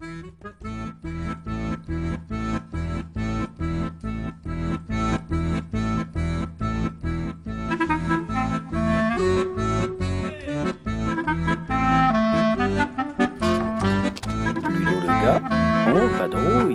Ludo le gars, en vadrouille.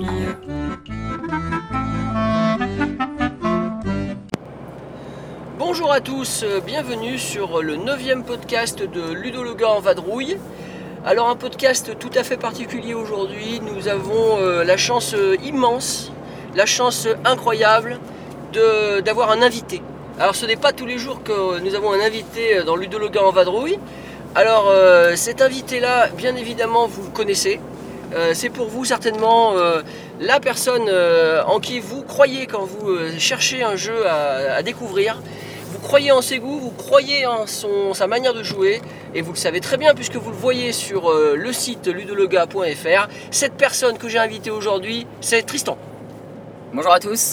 Bonjour à tous, bienvenue sur le 9e podcast de Ludo le gars en vadrouille. Alors un podcast tout à fait particulier aujourd'hui, nous avons la chance immense, la chance incroyable d'avoir un invité. Alors ce n'est pas tous les jours que nous avons un invité dans Ludo le gars en vadrouille. Alors cet invité là, bien évidemment vous le connaissez. C'est pour vous certainement la personne en qui vous croyez quand vous cherchez un jeu à découvrir. Vous croyez en ses goûts, vous croyez en sa manière de jouer, et vous le savez très bien puisque vous le voyez sur le site ludolega.fr. Cette personne que j'ai invitée aujourd'hui, c'est Tristan. Bonjour à tous,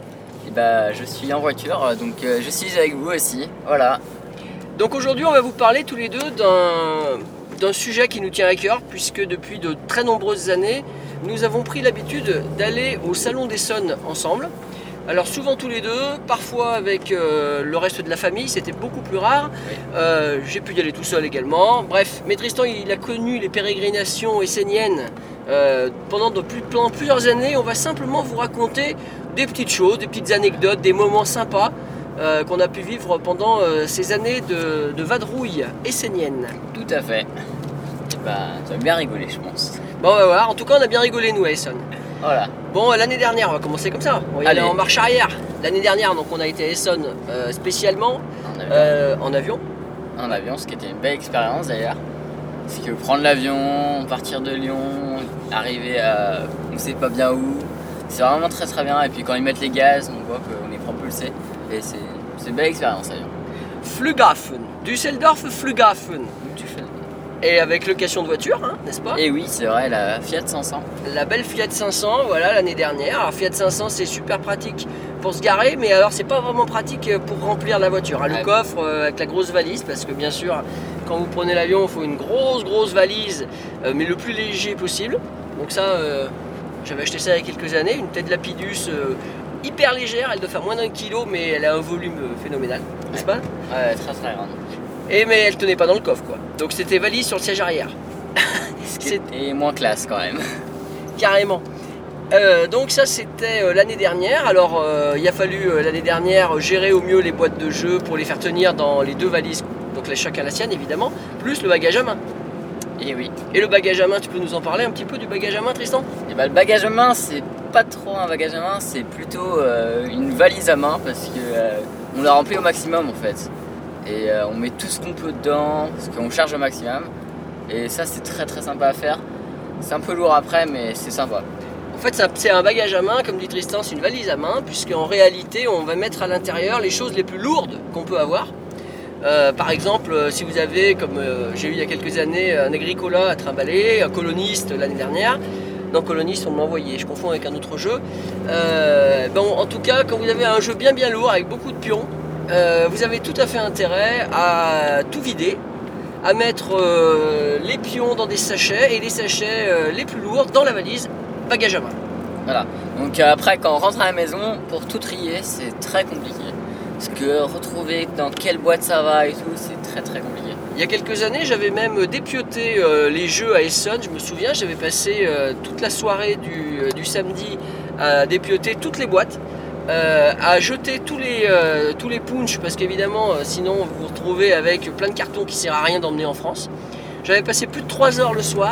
je suis en voiture, donc je suis avec vous aussi, voilà. Donc aujourd'hui on va vous parler tous les deux d'un sujet qui nous tient à cœur, puisque depuis de très nombreuses années, nous avons pris l'habitude d'aller au Salon d'Essonne ensemble. Alors souvent tous les deux, parfois avec le reste de la famille, c'était beaucoup plus rare. Oui. J'ai pu y aller tout seul également. Bref, mais Tristan il a connu les pérégrinations esséniennes pendant plusieurs années. On va simplement vous raconter des petites choses, des petites anecdotes, des moments sympas qu'on a pu vivre pendant ces années de vadrouille essénienne. Tout à fait. Tu vas bien rigoler, je pense. Bon, on va voir. En tout cas, on a bien rigolé nous à Essonne. Voilà. Bon, l'année dernière, on va commencer comme ça. On va y aller en marche arrière. L'année dernière, donc, on a été à Essonne spécialement en avion. En avion, ce qui était une belle expérience d'ailleurs. Parce que prendre l'avion, partir de Lyon, arriver à on sait pas bien où, c'est vraiment très très bien. Et puis quand ils mettent les gaz, on voit qu'on est propulsé. Et c'est une belle expérience d'ailleurs. Flughafen, Düsseldorf Flughafen. Où tu fais. Et avec location de voiture, hein, n'est-ce pas? Et oui, c'est vrai, la Fiat 500. La belle Fiat 500, voilà, l'année dernière. Alors Fiat 500, c'est super pratique pour se garer, mais alors c'est pas vraiment pratique pour remplir la voiture. Le coffre avec la grosse valise, parce que bien sûr, quand vous prenez l'avion, il faut une grosse valise, mais le plus léger possible. Donc ça, j'avais acheté ça il y a quelques années, une tête Lapidus hyper légère, elle doit faire moins d'1 kg, mais elle a un volume phénoménal, n'est-ce pas? Ouais, très très grande. Mais elle tenait pas dans le coffre, quoi. Donc c'était valise sur le siège arrière. Et moins classe quand même. Carrément. Donc ça c'était l'année dernière. Alors il a fallu l'année dernière gérer au mieux les boîtes de jeux pour les faire tenir dans les deux valises, donc chacun la sienne évidemment, plus le bagage à main. Et oui. Et le bagage à main, tu peux nous en parler un petit peu du bagage à main, Tristan? Et le bagage à main, c'est pas trop un bagage à main, c'est plutôt une valise à main parce que on la remplit au maximum en fait. Et on met tout ce qu'on peut dedans, parce qu'on charge au maximum. Et ça c'est très très sympa à faire. C'est un peu lourd après mais c'est sympa. En fait c'est un bagage à main, comme dit Tristan, c'est une valise à main, puisqu'en réalité on va mettre à l'intérieur les choses les plus lourdes qu'on peut avoir. Par exemple, si vous avez, comme j'ai eu il y a quelques années, un Agricola à trimballer, un coloniste l'année dernière. Non, coloniste on m'a envoyé, je confonds avec un autre jeu. En tout cas, quand vous avez un jeu bien lourd avec beaucoup de pions, vous avez tout à fait intérêt à tout vider, à mettre les pions dans des sachets et les sachets les plus lourds dans la valise bagage à main. Voilà, donc après quand on rentre à la maison, pour tout trier c'est très compliqué. Parce que retrouver dans quelle boîte ça va et tout, c'est très très compliqué. Il y a quelques années, j'avais même dépioté les jeux à Essonne. Je me souviens, j'avais passé toute la soirée du samedi à dépioter toutes les boîtes, à jeter tous les punchs, parce qu'évidemment, sinon vous vous retrouvez avec plein de cartons qui ne servent à rien d'emmener en France. J'avais passé plus de 3 heures le soir.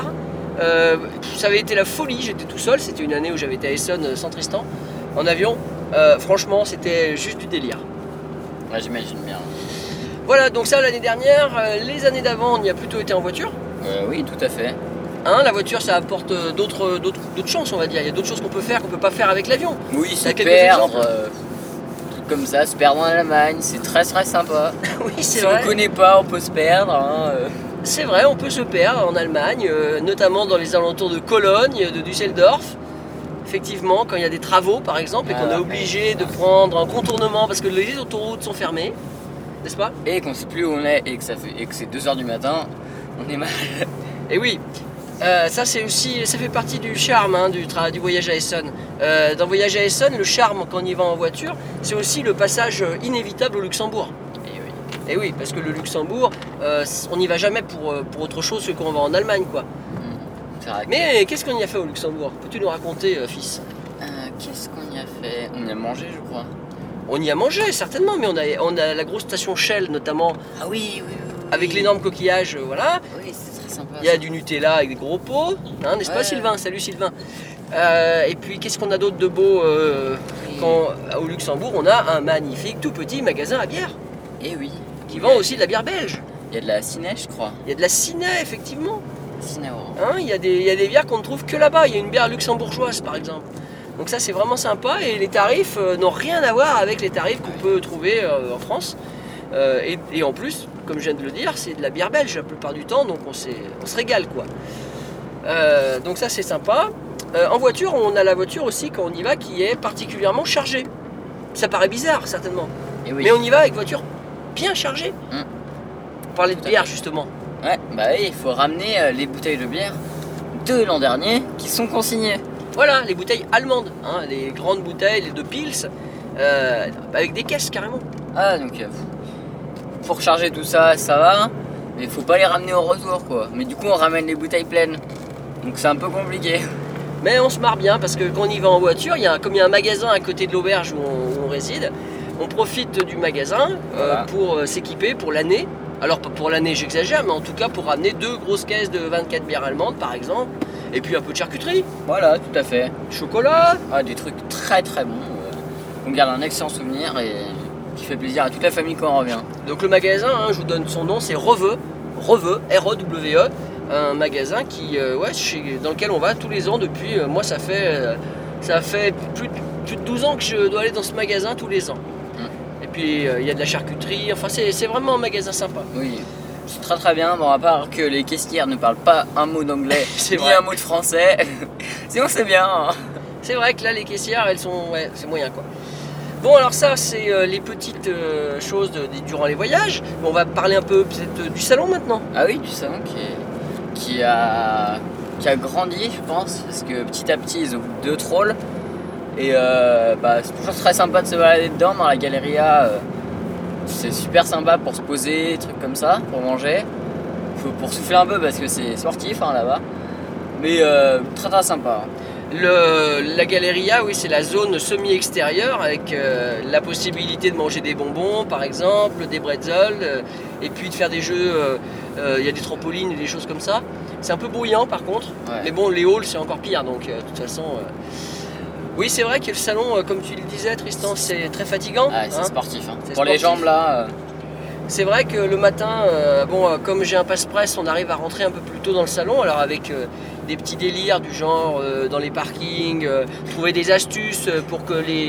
Ça avait été la folie, j'étais tout seul. C'était une année où j'avais été à Essonne sans Tristan, en avion. Franchement, c'était juste du délire. Ouais, j'imagine bien. Voilà, donc ça l'année dernière. Les années d'avant, on y a plutôt été en voiture. Oui, tout à fait. Hein, la voiture, ça apporte d'autres chances, on va dire. Il y a d'autres choses qu'on peut faire peut pas faire avec l'avion. Oui, se perdre, trucs comme ça, se perdre en Allemagne, c'est très très sympa. Oui, c'est si vrai. Si on connaît pas, on peut se perdre. Hein. C'est vrai, on peut se perdre en Allemagne, notamment dans les alentours de Cologne, de Düsseldorf. Effectivement, quand il y a des travaux par exemple, et qu'on est obligé de prendre un contournement parce que les autoroutes sont fermées, n'est-ce pas? Et qu'on sait plus où on est et que c'est 2h du matin, on est mal. Et oui. Ça c'est aussi, ça fait partie du charme hein, du voyage à Essonne. Dans Voyage à Essonne, le charme quand on y va en voiture, c'est aussi le passage inévitable au Luxembourg. Et oui, parce que le Luxembourg, on n'y va jamais pour autre chose que quand on va en Allemagne, quoi. C'est vrai. Mais qu'est-ce qu'on y a fait au Luxembourg? Peux-tu nous raconter, fils? Qu'est-ce qu'on y a fait? On y a mangé, je crois. On y a mangé, certainement, mais on a la grosse station Shell, notamment, Ah oui. avec l'énorme coquillage, voilà. Oui, c'est très sympa. Il y a du Nutella avec des gros pots, hein, n'est-ce pas, Ouais. Sylvain? Salut, Sylvain. Et puis, qu'est-ce qu'on a d'autre de beau au Luxembourg? On a un magnifique, tout petit magasin à bière, Et oui. qui vend aussi de la bière belge. Il y a de la ciné, je crois. Il y a de la Ciné, effectivement. Ciné Orange. Hein, il y a des bières qu'on ne trouve que là-bas. Il y a une bière luxembourgeoise, par exemple. Donc ça, c'est vraiment sympa. Et les tarifs n'ont rien à voir avec les tarifs qu'on peut trouver en France. Et en plus, comme je viens de le dire, c'est de la bière belge la plupart du temps. Donc on se régale, quoi. Donc ça, c'est sympa. En voiture, on a la voiture aussi, quand on y va, qui est particulièrement chargée. Ça paraît bizarre, certainement. Et oui. Mais on y va avec voiture bien chargée. Mm. On parlait de Tout à bière, fait. justement. Ouais, bah oui, il faut ramener les bouteilles de bière de l'an dernier qui sont consignées. Voilà, les bouteilles allemandes, hein, les grandes bouteilles, les de Pils, avec des caisses carrément. Ah, donc pour recharger tout ça, ça va, mais il faut pas les ramener au retour, quoi. Mais du coup, on ramène les bouteilles pleines. Donc c'est un peu compliqué. Mais on se marre bien parce que quand on y va en voiture, comme il y a un magasin à côté de l'auberge où on réside, on profite du magasin Voilà. pour s'équiper pour l'année. Alors pas pour l'année, j'exagère, mais en tout cas pour ramener 2 grosses caisses de 24 bières allemandes par exemple, et puis un peu de charcuterie, Voilà, tout à fait. chocolat. Ah, des trucs très très bons. On garde un excellent souvenir et qui fait plaisir à toute la famille quand on revient. Donc le magasin, hein, je vous donne son nom, c'est Reveux, R-E-W-E, un magasin dans lequel on va tous les ans depuis, moi ça fait plus de 12 ans que je dois aller dans ce magasin tous les ans. Et puis il y a de la charcuterie, enfin c'est vraiment un magasin sympa. Oui, c'est très très bien. Bon, à part que les caissières ne parlent pas un mot d'anglais C'est ni vrai. un mot de français. Sinon, c'est bien. Hein. C'est vrai que là les caissières elles sont, c'est moyen quoi. Bon alors ça c'est les petites choses durant les voyages. On va parler un peu peut-être du salon maintenant. Ah oui, du salon qui a grandi, je pense, parce que petit à petit, ils ont 2 trolls. Et c'est toujours très sympa de se balader dedans, dans la Galeria. C'est super sympa pour se poser, des trucs comme ça, pour manger. Pour souffler un peu parce que c'est sportif hein, là-bas. Mais très très sympa. Hein. La Galeria, oui, c'est la zone semi-extérieure avec la possibilité de manger des bonbons, par exemple, des bretzels, et puis de faire des jeux. Il y a des trampolines et des choses comme ça. C'est un peu bruyant, par contre. Ouais. Mais bon, les halls, c'est encore pire. Donc, de toute façon, oui, c'est vrai que le salon, comme tu le disais, Tristan, c'est très fatigant. Ah, c'est hein. sportif. Hein. C'est Pour les sportif. jambes là. C'est vrai que le matin, comme j'ai un passe-presse, on arrive à rentrer un peu plus tôt dans le salon. Alors avec des petits délires du genre dans les parkings, trouver des astuces pour que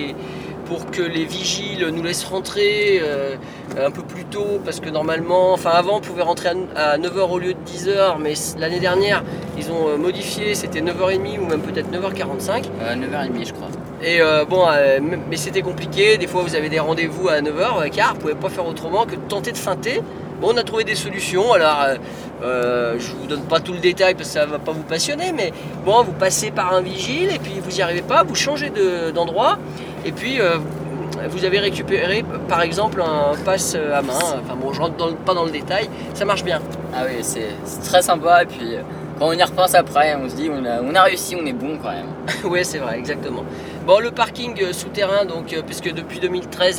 les vigiles nous laissent rentrer un peu plus tôt. Parce que normalement, avant on pouvait rentrer à 9h au lieu de 10h. Mais l'année dernière, ils ont modifié, c'était 9h30 ou même peut-être 9h45. 9h30 je crois. Et mais c'était compliqué, des fois vous avez des rendez-vous à 9h15, vous pouvez pas faire autrement que de tenter de feinter. Bon, on a trouvé des solutions, alors je vous donne pas tout le détail parce que ça va pas vous passionner, mais bon, vous passez par un vigile et puis vous n'y arrivez pas, vous changez d'endroit et puis vous avez récupéré par exemple un pass à main, enfin bon, je rentre pas dans le détail, ça marche bien. Ah oui, c'est très sympa et puis quand on y repense après, on se dit on a réussi, on est bon quand même. Oui, c'est vrai, exactement. Bon, le parking souterrain, donc, puisque depuis 2013,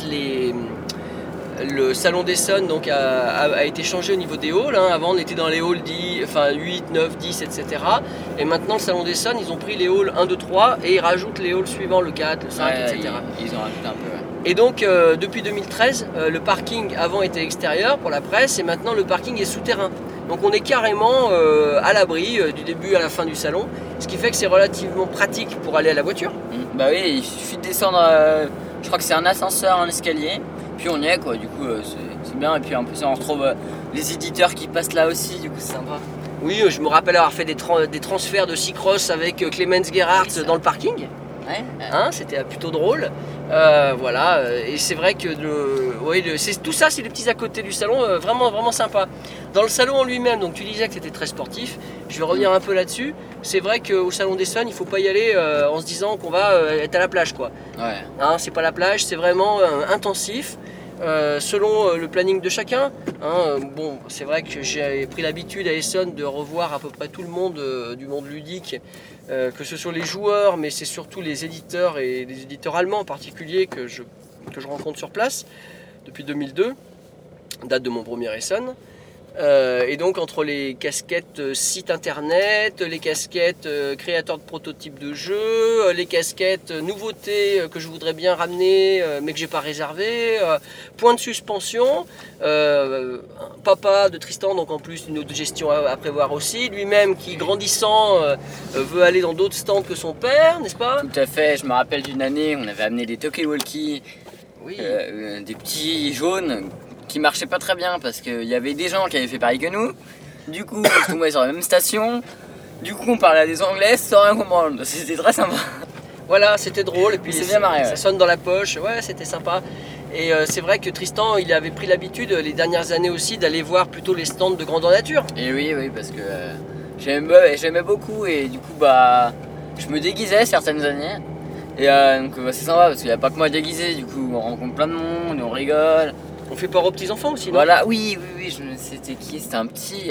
le salon d'Essonne donc, a été changé au niveau des halls. Hein. Avant, on était dans les halls 8, 9, 10, etc. Et maintenant, le salon d'Essonne, ils ont pris les halls 1, 2, 3 et ils rajoutent les halls suivants, le 4, le 5, Ouais, etc. Ils ont rajouté un peu. Ouais. Et donc, depuis 2013, le parking avant était extérieur pour la presse et maintenant, le parking est souterrain. Donc on est carrément à l'abri du début à la fin du salon, ce qui fait que c'est relativement pratique pour aller à la voiture. Bah oui, il suffit de descendre, je crois que c'est un ascenseur, un escalier, puis on y est quoi, du coup c'est bien, et puis en plus on retrouve les éditeurs qui passent là aussi, du coup c'est sympa. Oui, je me rappelle avoir fait des transferts de Cycross avec Clemens Gerhardt Oui, dans le parking. Ouais. Hein, c'était plutôt drôle. Voilà, et c'est vrai que tout ça, c'est les petits à côté du salon, vraiment, vraiment sympa. Dans le salon en lui-même, donc tu disais que c'était très sportif, je vais revenir un peu là-dessus. C'est vrai qu'au salon d'Essonne, il ne faut pas y aller en se disant qu'on va être à la plage, quoi. Ouais. Hein, c'est pas la plage, c'est vraiment intensif. Selon le planning de chacun. Hein, bon, c'est vrai que j'ai pris l'habitude à Essonne de revoir à peu près tout le monde du monde ludique, que ce soit les joueurs, mais c'est surtout les éditeurs et les éditeurs allemands en particulier que je rencontre sur place depuis 2002, date de mon premier Essonne. Et donc entre les casquettes site internet, les casquettes créateurs de prototypes de jeux, les casquettes nouveautés que je voudrais bien ramener mais que j'ai pas réservé, point de suspension, papa de Tristan, donc en plus une autre gestion à prévoir aussi, lui-même qui grandissant veut aller dans d'autres stands que son père, n'est-ce pas? Tout à fait, je me rappelle d'une année, on avait amené des talkie-walkie, Oui. des petits jaunes qui marchaient pas très bien parce qu'il y avait des gens qui avaient fait pareil que nous. Du coup, on se tombait sur la même station. Du coup, on parlait à des anglais sans rien comprendre. C'était très sympa. Voilà, c'était drôle et puis C'est bien marré, ça ouais. sonne dans la poche, ouais, c'était sympa. Et c'est vrai que Tristan, il avait pris l'habitude les dernières années aussi d'aller voir plutôt les stands de grandeur nature. Et oui, parce que j'aimais beaucoup et du coup, bah, je me déguisais certaines années. Et donc, c'est sympa parce qu'il n'y a pas que moi déguisé. Du coup, on rencontre plein de monde et on rigole. On fait peur aux petits enfants aussi, non? Voilà, oui, c'était qui? C'était un petit.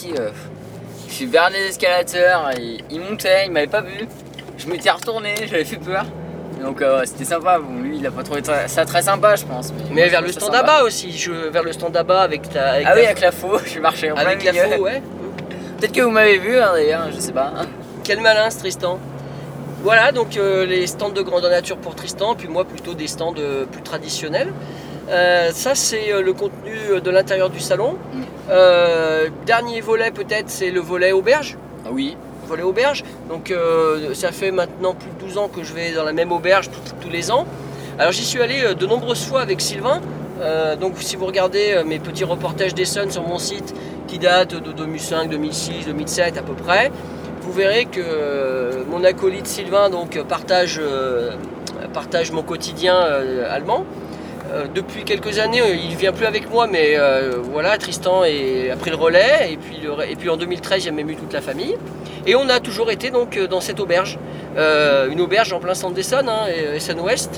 Je suis vers les escalators, et il montait, il m'avait pas vu. Je m'étais retourné, j'avais fait peur. Donc c'était sympa. Bon, lui, il a pas trouvé ça très sympa, je pense. Mais moi, vers je le trouvais stand ça à sympa. bas aussi, vers le stand à bas avec ta. Ah oui, avec la faux, je suis marché en plein avec la milieu. faux, ouais. Peut-être que vous m'avez vu, hein, d'ailleurs, je sais pas. Quel malin ce Tristan. Voilà, donc les stands de grandeur nature pour Tristan, puis moi plutôt des stands plus traditionnels. Ça c'est le contenu de l'intérieur du salon. Dernier volet peut-être, c'est le volet auberge. Ah oui. Volet auberge. Donc ça fait maintenant plus de 12 ans que je vais dans la même auberge tous les ans. Alors j'y suis allé de nombreuses fois avec Sylvain. Donc si vous regardez mes petits reportages d'Essonne sur mon site qui datent de 2005, 2006, 2007 à peu près, vous verrez que mon acolyte Sylvain donc, partage mon quotidien allemand. Depuis quelques années, il ne vient plus avec moi, mais voilà, Tristan a pris le relais. Et puis en 2013, j'ai même eu toute la famille. Et on a toujours été donc dans cette auberge, une auberge en plein centre d'Essonne, hein, Essonne Ouest,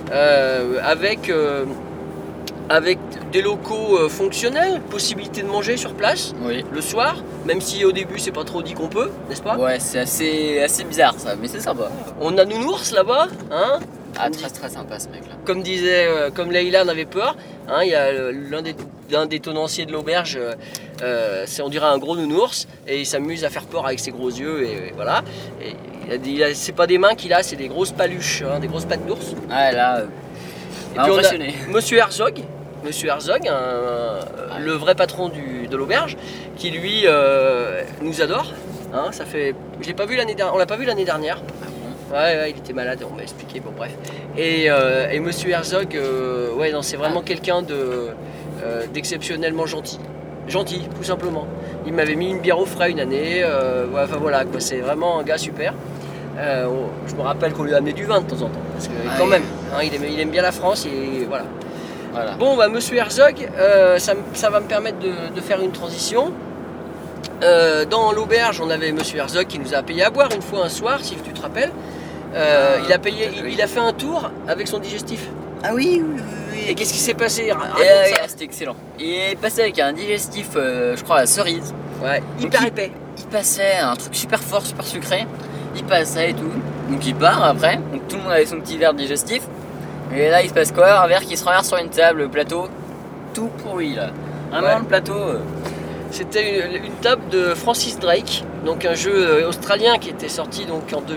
avec des locaux fonctionnels, possibilité de manger sur place Oui. le soir, même si au début c'est pas trop dit qu'on peut, n'est-ce pas? Ouais, c'est assez bizarre ça, mais c'est sympa. On a Nounours là-bas, hein? Ah, très sympa ce mec-là. Comme Leïla en avait peur, hein, il y a l'un des tenanciers de l'auberge, on dirait un gros nounours, et il s'amuse à faire peur avec ses gros yeux, et voilà. Et c'est pas des mains qu'il a, c'est des grosses paluches, hein, des grosses pattes d'ours. Ah là, Et puis impressionné. on a Monsieur Herzog, le vrai patron de l'auberge, qui lui nous adore. Hein, je l'ai pas vu l'année dernière, on l'a pas vu l'année dernière. Ouais, il était malade, on m'a expliqué, bon bref. Et Monsieur Herzog, ouais, non, c'est vraiment quelqu'un d'exceptionnellement gentil. Gentil, tout simplement. Il m'avait mis une bière au frais une année, enfin voilà, quoi, c'est vraiment un gars super. Je me rappelle qu'on lui a amené du vin de temps en temps, parce que quand même, hein, il aime bien la France, et voilà. Bon, bah, Monsieur Herzog, ça va me permettre de faire une transition. Dans l'auberge, on avait Monsieur Herzog qui nous a payé à boire une fois un soir, si tu te rappelles. Il a fait un tour avec son digestif. Ah oui. Et qu'est-ce qui s'est passé? C'était excellent. Il est passé avec un digestif, je crois, à cerise. Ouais, hyper épais. Il passait un truc super fort, super sucré. Il passait et tout. Donc il part après. Donc tout le monde avait son petit verre de digestif. Et là, il se passe quoi? Un verre qui se renverse sur une table, le plateau, tout pourri là. Vraiment, le plateau. C'était une table de Francis Drake, donc un jeu australien qui était sorti donc en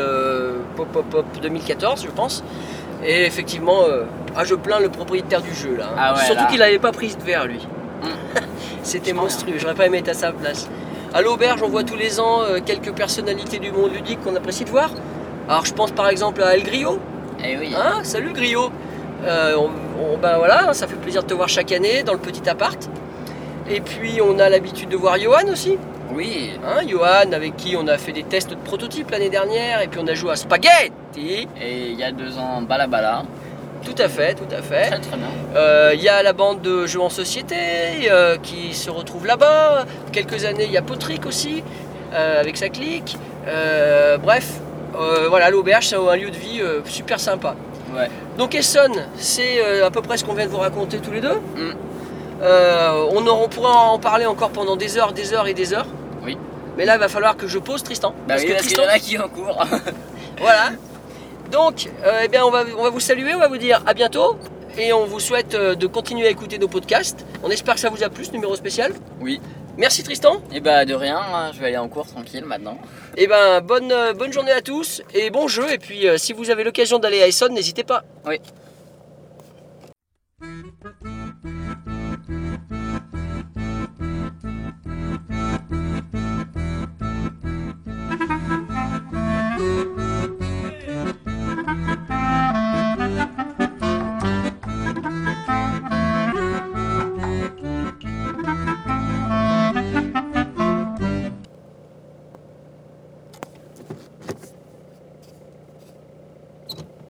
2014 je pense. Et effectivement, je plains le propriétaire du jeu là. Ah ouais, surtout là. qu'il n'avait pas pris de verre lui. C'était monstrueux, j'aurais pas aimé être à sa place. À l'auberge, on voit tous les ans quelques personnalités du monde ludique qu'on apprécie de voir. Alors je pense par exemple à El Griot. Eh oui. Hein, salut Griot. Ben voilà, ça fait plaisir de te voir chaque année dans le petit appart. Et puis on a l'habitude de voir Johan aussi. Oui, Hein, Johan, avec qui on a fait des tests de prototypes l'année dernière, et puis on a joué à Spaghetti. et il y a 2 ans, Balabala. Tout à fait, tout à fait. Très très bien. Il y a la bande de jeux en société qui se retrouve là-bas. Quelques années, il y a Potrick aussi, avec sa clique. Bref, voilà, l'auberge, c'est un lieu de vie super sympa. Ouais. Donc Essonne, c'est à peu près ce qu'on vient de vous raconter tous les deux. Mm. On pourra en parler encore pendant des heures et des heures. Oui. Mais là, il va falloir que je pose Tristan. Bah oui, parce qu'il y en a qui en cours. Voilà. Donc, eh bien, on va vous saluer, on va vous dire à bientôt. Et on vous souhaite de continuer à écouter nos podcasts. On espère que ça vous a plu, ce numéro spécial. Oui. Merci Tristan. Et bah de rien, hein, je vais aller en cours tranquille maintenant. Et ben bonne journée à tous et bon jeu. Et puis si vous avez l'occasion d'aller à Essonne, n'hésitez pas. Oui.